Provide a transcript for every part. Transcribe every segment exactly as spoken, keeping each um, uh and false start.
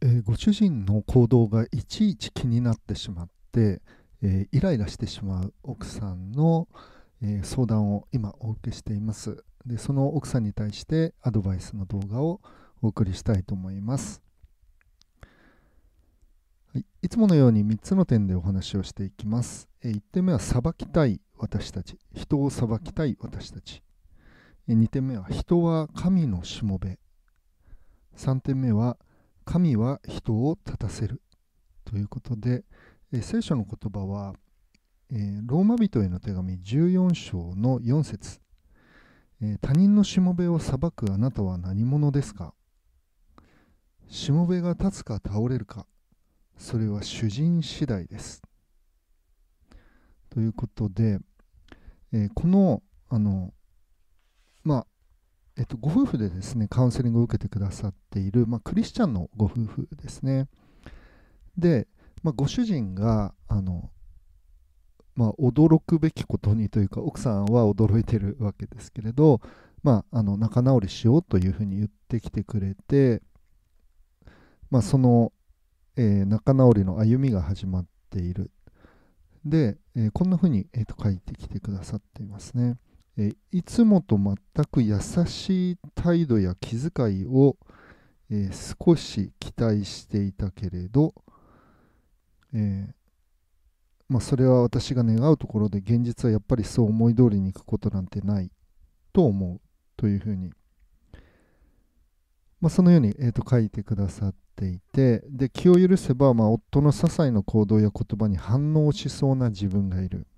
えーご主人の行動がいちいち気になってしまって、えーイライラしてしまう奥さんの、えー相談を今お受けしています。で、その奥さんに対してアドバイスの動画をお送りしたいと思います。はい、いつものようにみっつの点でお話をしていきます。えーいってんめは裁きたい私たち、人を裁きたい私たち。えーにてんめは人は神のしもべ。さんてんめは神は人を立たせる。ということで、えー聖書の言葉は、えーローマ人への手紙じゅうよん章のよん節、えー他人のしもべを裁くあなたは何者ですか。しもべが立つか倒れるか、それは主人次第です。ということで、えーこの、あの、まあ、えっと、ご夫婦でですね、カウンセリングを受けてくださっている、まあ、クリスチャンのご夫婦ですね。で、まあ、ご主人が、あの、まあ、驚くべきことにというか、奥さんは驚いてるわけですけれど、まあ、あの仲直りしようというふうに言ってきてくれて、まあ、その、えー仲直りの歩みが始まっている。で、えーこんなふうに、えーと書いてきてくださっていますね。えーいつもと全く優しい態度や気遣いを、えー少し期待していたけれど、えーまあ、それは私が願うところで、現実はやっぱりそう思い通りにいくことなんてないと思うというふうに、まあ、そのように、えー、と書いてくださっていて、で、気を許せば、まあ、夫の些細な行動や言葉に反応しそうな自分がいる。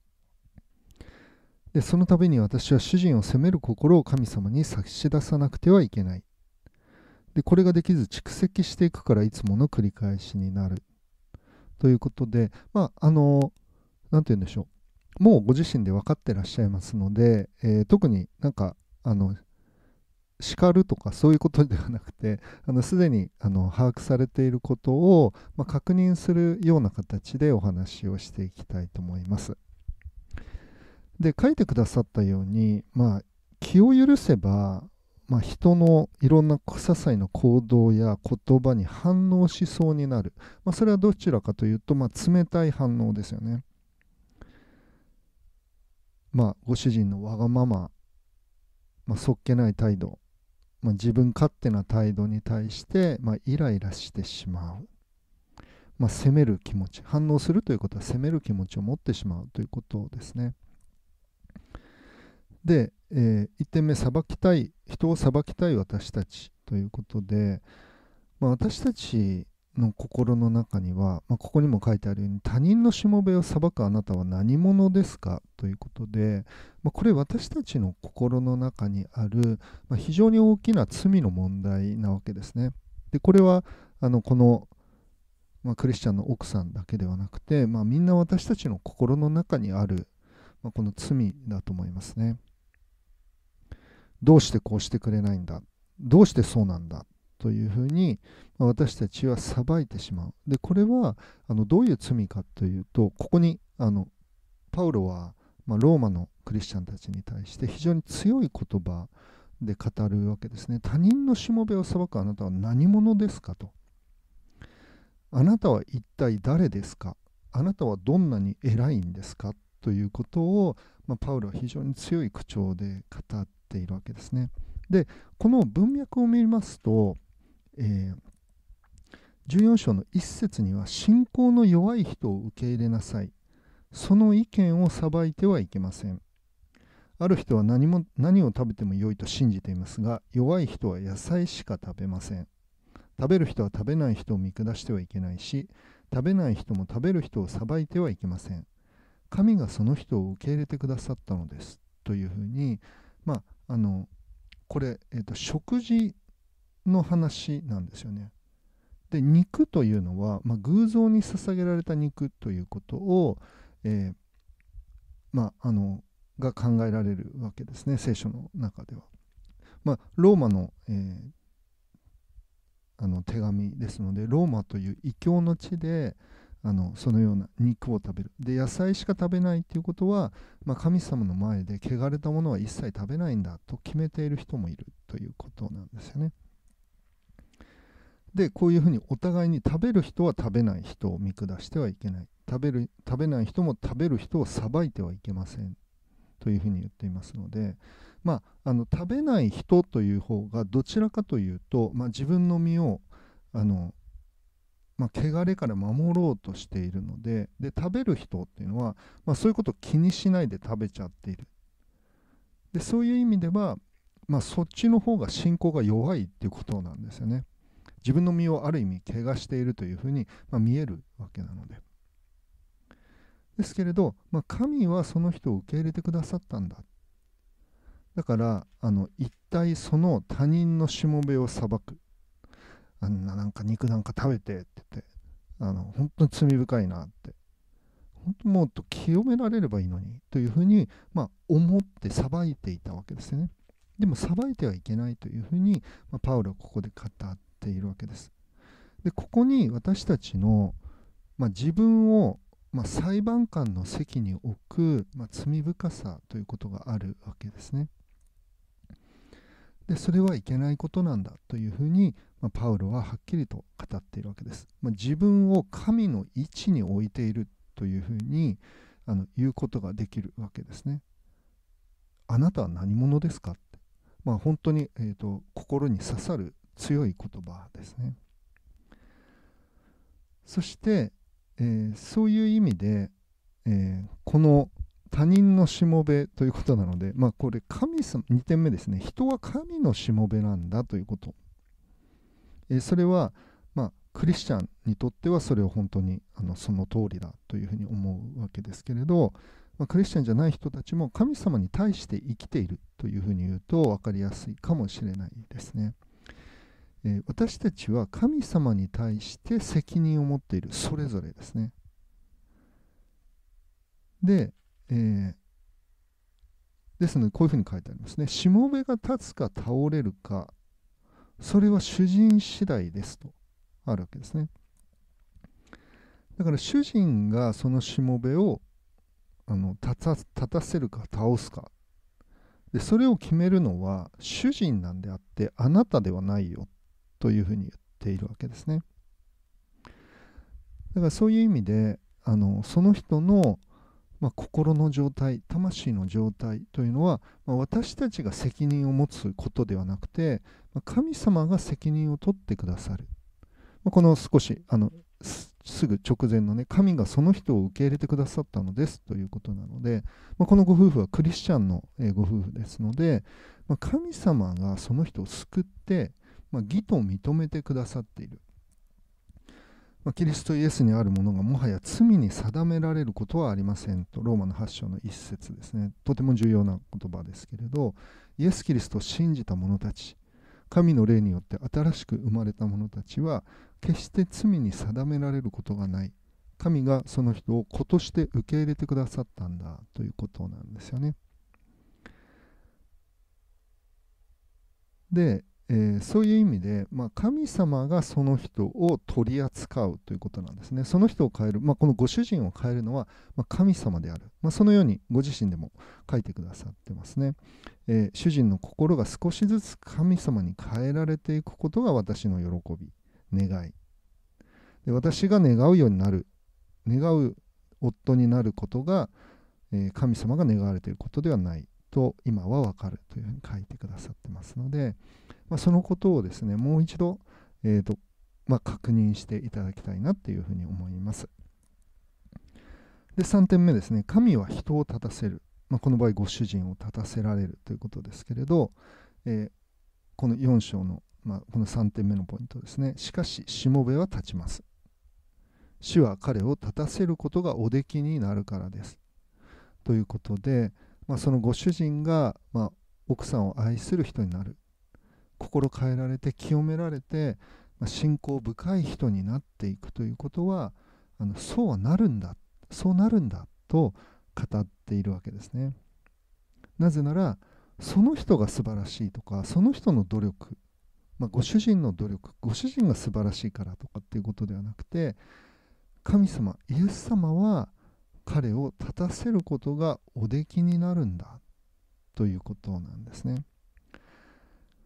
で、その度に私は主人を責める心を神様に差し出さなくてはいけない。で、これができず蓄積していくからいつもの繰り返しになる。ということで、まあ、あの、なんて言うんでしょう。もうご自身で分かってらっしゃいますので、えー特になんか、あの、叱るとかそういうことではなくて、あのすでにあの把握されていることを、まあ、確認するような形でお話をしていきたいと思います。で、書いてくださったように、まあ、気を許せば、まあ、人のいろんな些細な行動や言葉に反応しそうになる。まあ、それはどちらかというと、まあ、冷たい反応ですよね。まあ、ご主人のわがまま、まあ、そっけない態度、まあ、自分勝手な態度に対して、まあ、イライラしてしまう。まあ、責める気持ち、反応するということは責める気持ちを持ってしまうということですね。で、えー、いってんめ、裁きたい、人を裁きたい私たちということで、まあ、私たちの心の中には、まあ、ここにも書いてあるように、他人のしもべを裁くあなたは何者ですかということで、まあ、これ私たちの心の中にある、まあ、非常に大きな罪の問題なわけですね。で、これはあのこの、まあ、クリスチャンの奥さんだけではなくて、まあ、みんな私たちの心の中にある、まあ、この罪だと思いますね。どうしてこうしてくれないんだ、どうしてそうなんだというふうに、まあ私たちは裁いてしまう。で、これはあのどういう罪かというと、ここにあのパウロは、まあ、ローマのクリスチャンたちに対して非常に強い言葉で語るわけですね。他人のしもべを裁くあなたは何者ですかと。あなたは一体誰ですか。あなたはどんなに偉いんですかということを、まあ、パウロは非常に強い口調で語っているわけですね。で、この文脈を見ますと、えーじゅうよん章の一節には、信仰の弱い人を受け入れなさい。その意見を裁いてはいけません。ある人は何も何を食べても良いと信じていますが、弱い人は野菜しか食べません。食べる人は食べない人を見下してはいけないし、食べない人も食べる人を裁いてはいけません。神がその人を受け入れてくださったのです。というふうに、まあ、あの、これ、えーと、食事の話なんですよね。で、肉というのは、まあ、偶像に捧げられた肉ということを、えーまあ、あの、が考えられるわけですね、聖書の中では。まあ、ローマの、えーあの手紙ですので、ローマという異教の地であのそのような肉を食べる。で、野菜しか食べないということは、まあ、神様の前で汚れたものは一切食べないんだと決めている人もいるということなんですよね。 でこういうふうにお互いに食べる人は食べない人を見下してはいけない、食べる食べない人も食べる人を裁いてはいけませんというふうに言っていますので、まあ、あの食べない人という方がどちらかというと、まあ、自分の身をあの、まあ、汚れから守ろうとしているので、で食べる人っていうのは、まあ、そういうことを気にしないで食べちゃっている。でそういう意味では、まあ、そっちの方が信仰が弱いっていうことなんですよね。自分の身をある意味怪我しているというふうに、まあ、見えるわけなので。ですけれど、まあ、神はその人を受け入れてくださったんだ。だからあの一体その他人のしもべを裁く、あんななんか肉なんか食べてって言って、あの本当に罪深いなって、本当もっと清められればいいのにというふうに、まあ、思って裁いていたわけですよね。でも裁いてはいけないというふうに、まあ、パウロはここで語っているわけです。でここに私たちの、まあ、自分を、まあ、裁判官の席に置く、まあ、罪深さということがあるわけですね。でそれはいけないことなんだというふうに、まあ、パウロははっきりと語っているわけです。まあ、自分を神の位置に置いているというふうにあの言うことができるわけですね。あなたは何者ですかって、まあ、本当に、えーと、心に刺さる強い言葉ですね。そして、えーそういう意味で、えーこの他人のしもべということなので、まあ、これ神様、にてんめですね。人は神のしもべなんだということ。えーそれは、まあ、クリスチャンにとってはそれを本当にあのその通りだというふうに思うわけですけれど、まあ、クリスチャンじゃない人たちも神様に対して生きているというふうに言うと分かりやすいかもしれないですね。えー私たちは神様に対して責任を持っている、それぞれですね。で、えーですのでこういうふうに書いてありますね。しもべが立つか倒れるか、それは主人次第ですとあるわけですね。だから主人がそのしもべをあの立た立たせるか倒すかで、それを決めるのは主人なんであってあなたではないよというふうに言っているわけですね。だからそういう意味であのその人の、まあ、心の状態、魂の状態というのは、まあ、私たちが責任を持つことではなくて、まあ、神様が責任を取ってくださる。まあ、この少しあのすすぐ直前のね、神がその人を受け入れてくださったのですということなので、まあ、このご夫婦はクリスチャンのご夫婦ですので、まあ、神様がその人を救って、まあ、義と認めてくださっている。まあ、キリストイエスにあるものがもはや罪に定められることはありませんと、ローマのはち章の一節ですね。とても重要な言葉ですけれど、イエス・キリストを信じた者たち、神の霊によって新しく生まれた者たちは決して罪に定められることがない。神がその人を子として受け入れてくださったんだということなんですよね。で、えーそういう意味で、まあ、神様がその人を取り扱うということなんですね。その人を変える、まあ、このご主人を変えるのは、まあ、神様である、まあ、そのようにご自身でも書いてくださってますね。えー主人の心が少しずつ神様に変えられていくことが私の喜び、願いで、私が願うようになる、願う夫になることが、えー神様が願われていることではないと今はわかるというふうに書いてくださってますので、まあ、そのことをですね、もう一度、えーとまあ、確認していただきたいなというふうに思います。で、さんてんめですね、神は人を立たせる。まあ、この場合、ご主人を立たせられるということですけれど、えーこのよん章の、まあ、このさんてんめのポイントですね。しかし、しもべは立ちます。主は彼を立たせることがおできになるからです。ということで、まあ、そのご主人が、まあ、奥さんを愛する人になる。心変えられて清められて、まあ、信仰深い人になっていくということは、あのそうはなるんだ、そうなるんだと語っているわけですね。なぜなら、その人が素晴らしいとか、その人の努力、まあ、ご主人の努力、ご主人が素晴らしいからとかっていうことではなくて、神様、イエス様は彼を立たせることがおできになるんだということなんですね。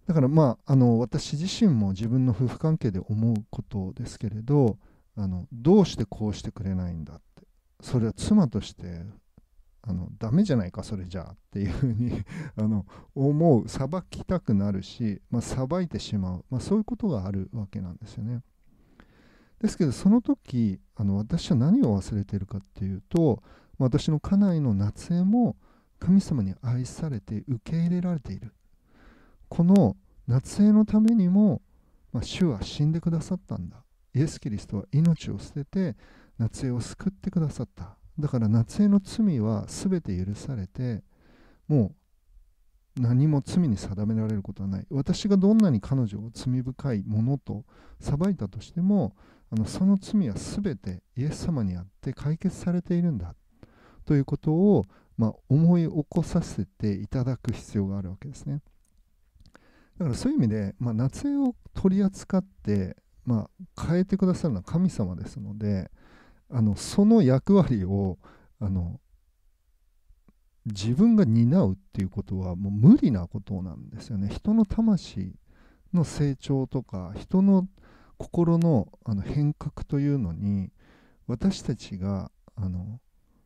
だからまあ、あの私自身も自分の夫婦関係で思うことですけれど、あのどうしてこうしてくれないんだって、それは妻としてあのダメじゃないかそれじゃあっていうふうにあの思う、裁きたくなるし、まあ、裁いてしまう、まあ、そういうことがあるわけなんですよね。ですけどその時あの私は何を忘れているかっていうと、私の家内の夏江も神様に愛されて受け入れられている。この夏江のためにも、まあ、主は死んでくださったんだ。イエス・キリストは命を捨てて夏江を救ってくださった。だから夏江の罪は全て許されて、もう何も罪に定められることはない。私がどんなに彼女を罪深いものと裁いたとしても、あのその罪は全てイエス様にあって解決されているんだということを、まあ、思い起こさせていただく必要があるわけですね。だからそういう意味で、まあ、夏江を取り扱って、まあ、変えてくださるのは神様ですので、あのその役割をあの自分が担うっていうことはもう無理なことなんですよね。人の魂の成長とか人の心のあの変革というのに、私たちがあの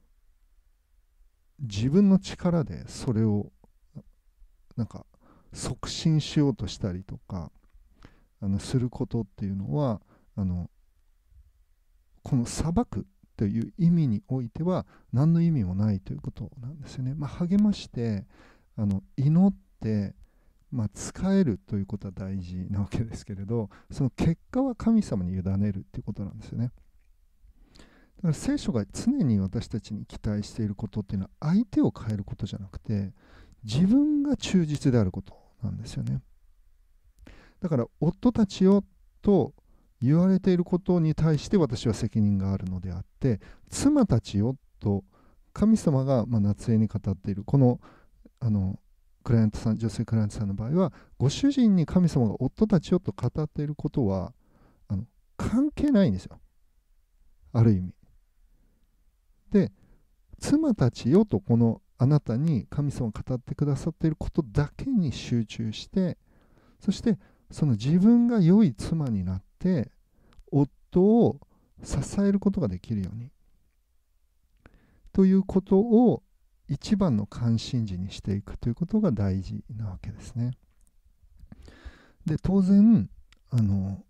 自分の力でそれをなんか促進しようとしたりとかあのすることっていうのは、あのこの裁くという意味においては何の意味もないということなんですよね。まあ、励ましてあの祈って、まあ、使えるということは大事なわけですけれど、その結果は神様に委ねるということなんですよね。だから聖書が常に私たちに期待していることっていうのは、相手を変えることじゃなくて自分が忠実であることなんですよね。だから夫たちよと言われていることに対して私は責任があるのであって、妻たちよと神様がまあ夏江に語っているこのあのクライアントさん、女性クライアントさんの場合は、ご主人に神様が夫たちよと語っていることはあの関係ないんですよ、ある意味。で、妻たちよとこのあなたに神様が語ってくださっていることだけに集中して、そしてその自分が良い妻になって夫を支えることができるようにということを一番の関心事にしていくということが大事なわけですね。で、当然あの、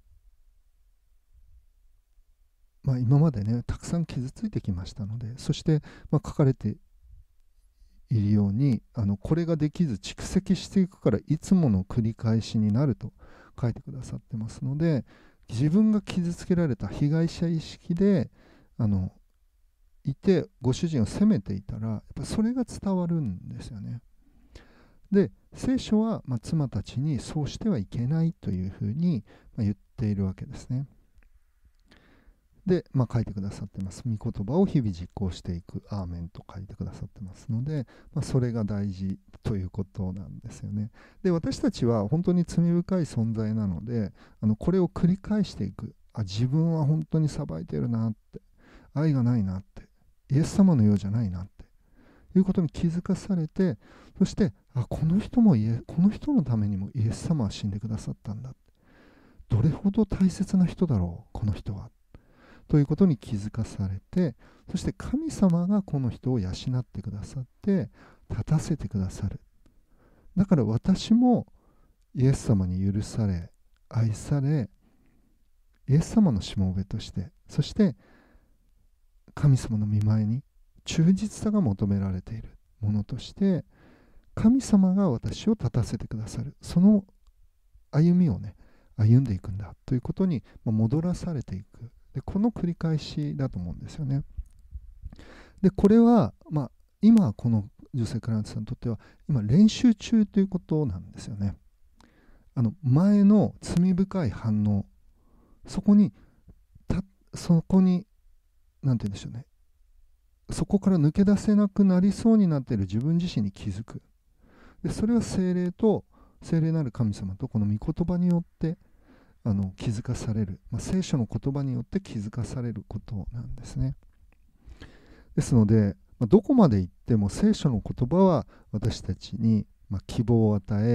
まあ、今までねたくさん傷ついてきましたので、そして、まあ、書かれているように、あのこれができず蓄積していくからいつもの繰り返しになると書いてくださってますので、自分が傷つけられた被害者意識であのいてご主人を責めていたら、やっぱそれが伝わるんですよね。で、聖書は、まあ、妻たちにそうしてはいけないというふうに、まあ、言っているわけですね。で、まあ、書いてくださってます。御言葉を日々実行していく、アーメンと書いてくださってますので、まあ、それが大事ということなんですよね。で、私たちは本当に罪深い存在なので、あのこれを繰り返していく。あ、自分は本当に裁いてるなって、愛がないなって、イエス様のようじゃないなっていうことに気づかされて、そして、あ、この人もイエこの人のためにもイエス様は死んでくださったんだ。どれほど大切な人だろう、この人は。ということに気づかされて、そして神様がこの人を養ってくださって立たせてくださる。だから私もイエス様に許され愛され、イエス様のしもべとして、そして神様の御前に忠実さが求められているものとして、神様が私を立たせてくださる、その歩みをね歩んでいくんだということに戻らされていく。で、この繰り返しだと思うんですよね。で、これは、まあ、今この女性クライアントさんにとっては今練習中ということなんですよね。あの前の罪深い反応、そこにたそこに何て言うんでしょうね、そこから抜け出せなくなりそうになっている自分自身に気づく。で、それは聖霊と聖霊なる神様とこの御言葉によってあの気づかされる、まあ、聖書の言葉によって気づかされることなんですね。ですので、どこまで行っても聖書の言葉は私たちに希望を与え、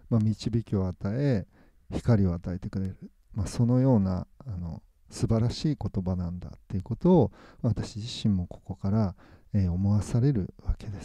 まあ、導きを与え光を与えてくれる、まあ、そのようなあの素晴らしい言葉なんだっていうことを私自身もここから、えー思わされるわけです。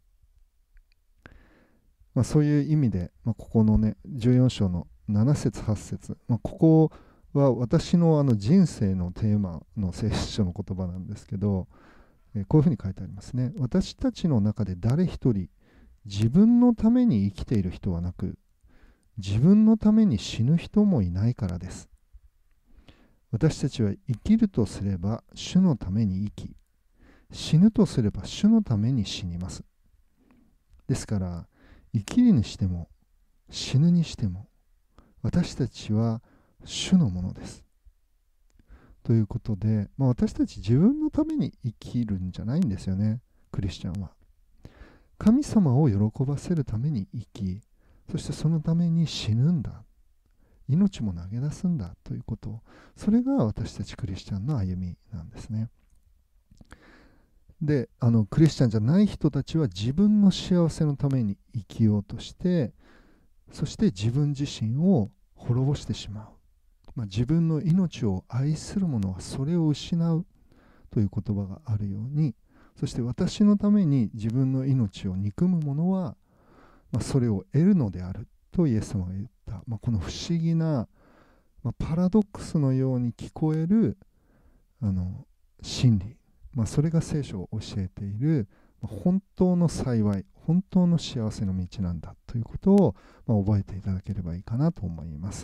まあ、そういう意味で、まあ、ここのねじゅうよん章のなな節はち節、まあ、ここは私のあの人生のテーマの聖書の言葉なんですけど、えーこういうふうに書いてありますね。私たちの中で誰一人自分のために生きている人はなく、自分のために死ぬ人もいないからです。私たちは生きるとすれば主のために生き、死ぬとすれば主のために死にます。ですから生きるにしても死ぬにしても私たちは主のものです。ということで、まあ、私たち自分のために生きるんじゃないんですよね、クリスチャンは。神様を喜ばせるために生き、そしてそのために死ぬんだ、命も投げ出すんだということ、それが私たちクリスチャンの歩みなんですね。で、あのクリスチャンじゃない人たちは自分の幸せのために生きようとして、そして自分自身を滅ぼしてしまう、まあ、自分の命を愛する者はそれを失うという言葉があるように、そして私のために自分の命を憎む者は、まあ、それを得るのであるとイエス様が言った、まあ、この不思議な、まあ、パラドックスのように聞こえるあの真理、まあ、それが聖書を教えている、まあ、本当の幸い、本当の幸せの道なんだということを、まあ、覚えていただければいいかなと思います。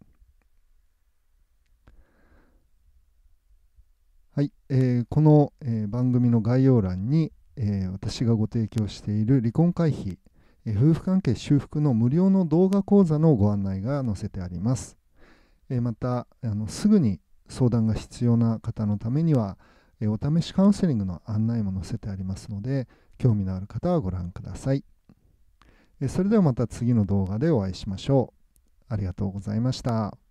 はい、えーこの、えー番組の概要欄に、えー私がご提供している離婚回避、えー夫婦関係修復の無料の動画講座のご案内が載せてあります。えーまたあのすぐに相談が必要な方のためには、えーお試しカウンセリングの案内も載せてありますので、興味のある方はご覧ください。えーそれではまた次の動画でお会いしましょう。ありがとうございました。